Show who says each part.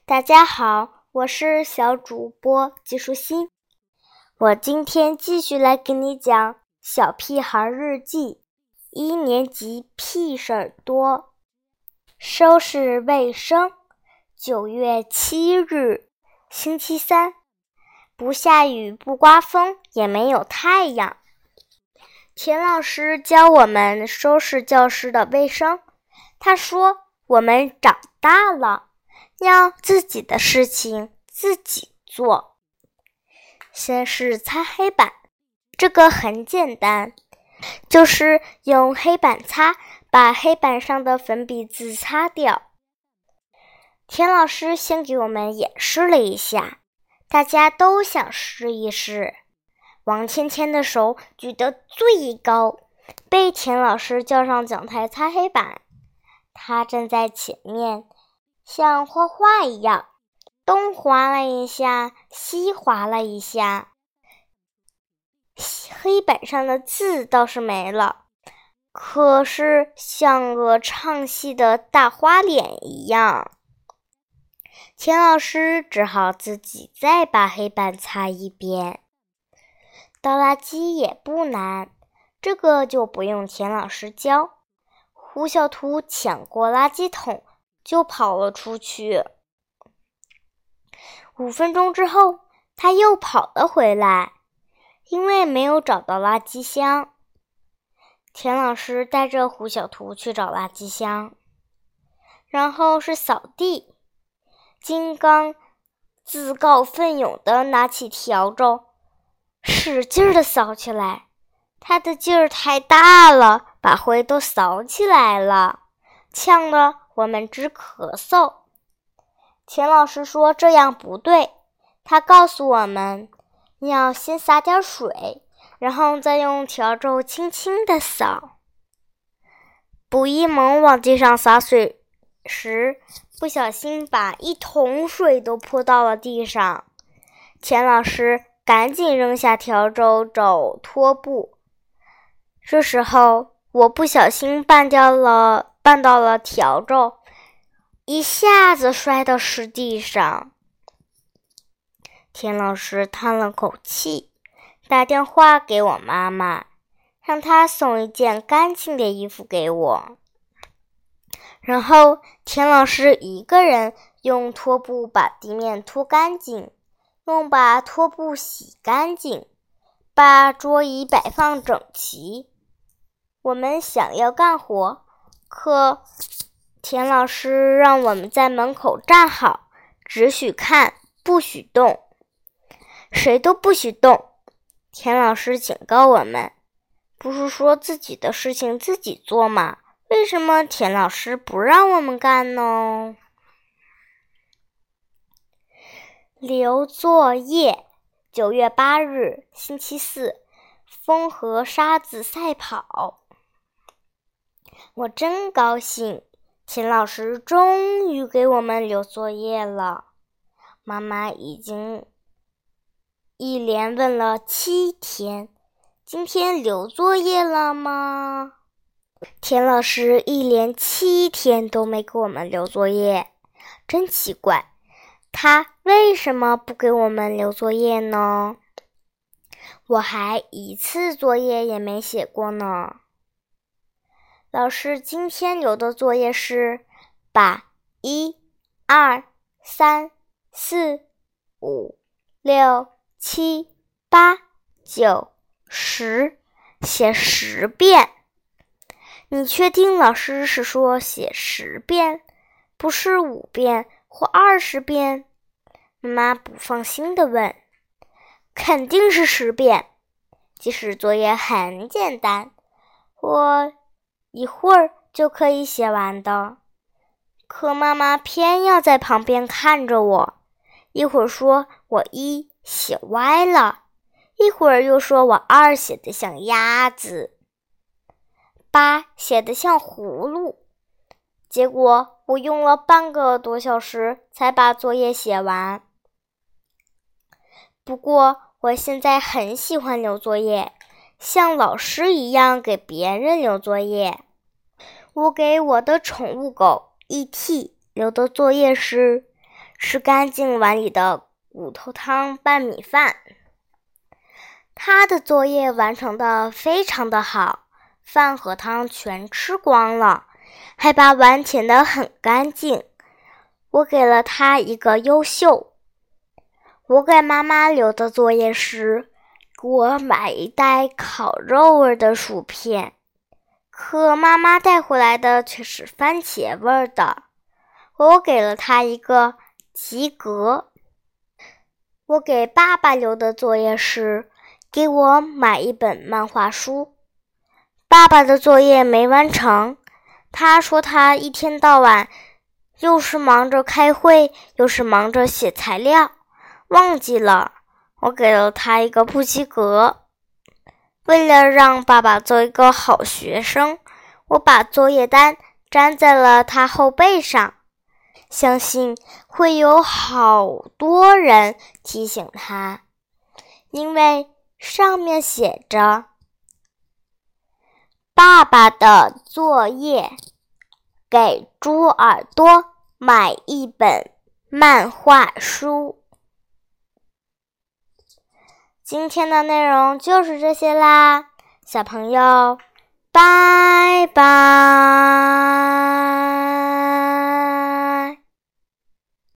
Speaker 1: 大家好，我是小主播季舒心。我今天继续来给你讲《小屁孩日记》1年级屁事儿多。收拾卫生。9月7日，星期三，不下雨，不刮风，也没有太阳。田老师教我们收拾教室的卫生。他说，我们长大了，要自己的事情自己做。先是擦黑板，这个很简单，就是用黑板擦把黑板上的粉笔字擦掉。田老师先给我们演示了一下，大家都想试一试。王芊芊的手举得最高，被田老师叫上讲台擦黑板。她站在前面，像画画一样，东划了一下，西划了一下。黑板上的字倒是没了，可是像个唱戏的大花脸一样。田老师只好自己再把黑板擦一遍。倒垃圾也不难，这个就不用田老师教。胡小图抢过垃圾桶就跑了出去。5分钟之后，他又跑了回来，因为没有找到垃圾箱。田老师带着胡小图去找垃圾箱，然后是扫地。金刚自告奋勇地拿起笤帚，使劲地扫起来。他的劲儿太大了，把灰都扫起来了，呛得我们直咳嗽。田老师说这样不对，他告诉我们要先洒点水，然后再用笤帚轻轻地扫。卜一萌往地上洒水时，不小心把1桶水都泼到了地上。田老师赶紧扔下笤帚找拖布。这时候我不小心绊到了笤帚，一下子摔到湿地上。田老师叹了口气，打电话给我妈妈，让她送一件干净的衣服给我。然后田老师一个人用拖布把地面拖干净，又把拖布洗干净，把桌椅摆放整齐。我们想要干活，可田老师让我们在门口站好，只许看，不许动。谁都不许动。田老师警告我们，不是说自己的事情自己做吗？为什么田老师不让我们干呢？留作业。9月8日，星期四，风和沙子赛跑。我真高兴，田老师终于给我们留作业了。妈妈已经一连问了7天，今天留作业了吗？田老师一连7天都没给我们留作业，真奇怪，他为什么不给我们留作业呢？我还1次作业也没写过呢。老师今天留的作业是把1、2、3、4、5、6、7、8、9、10写10遍。你确定老师是说写10遍，不是5遍或20遍？妈妈不放心地问。肯定是10遍，即使作业很简单，我一会儿就可以写完的。可妈妈偏要在旁边看着我，一会儿说我1写歪了，一会儿又说我2写得像鸭子，8写得像葫芦。结果我用了半个多小时才把作业写完。不过我现在很喜欢留作业，像老师一样给别人留作业。我给我的宠物狗 E.T. 留的作业是吃干净碗里的骨头汤拌米饭。他的作业完成得非常的好，饭和汤全吃光了，还把碗舔得很干净。我给了他一个优秀。我给妈妈留的作业是给我买一袋烤肉味的薯片，可妈妈带回来的却是番茄味的。我给了他一个及格。我给爸爸留的作业是给我买一本漫画书。爸爸的作业没完成，他说他一天到晚又是忙着开会，又是忙着写材料，忘记了。我给了他一个不及格。为了让爸爸做一个好学生，我把作业单粘在了他后背上，相信会有好多人提醒他，因为上面写着爸爸的作业，给猪耳朵买一本漫画书。今天的内容就是这些啦，小朋友，拜拜。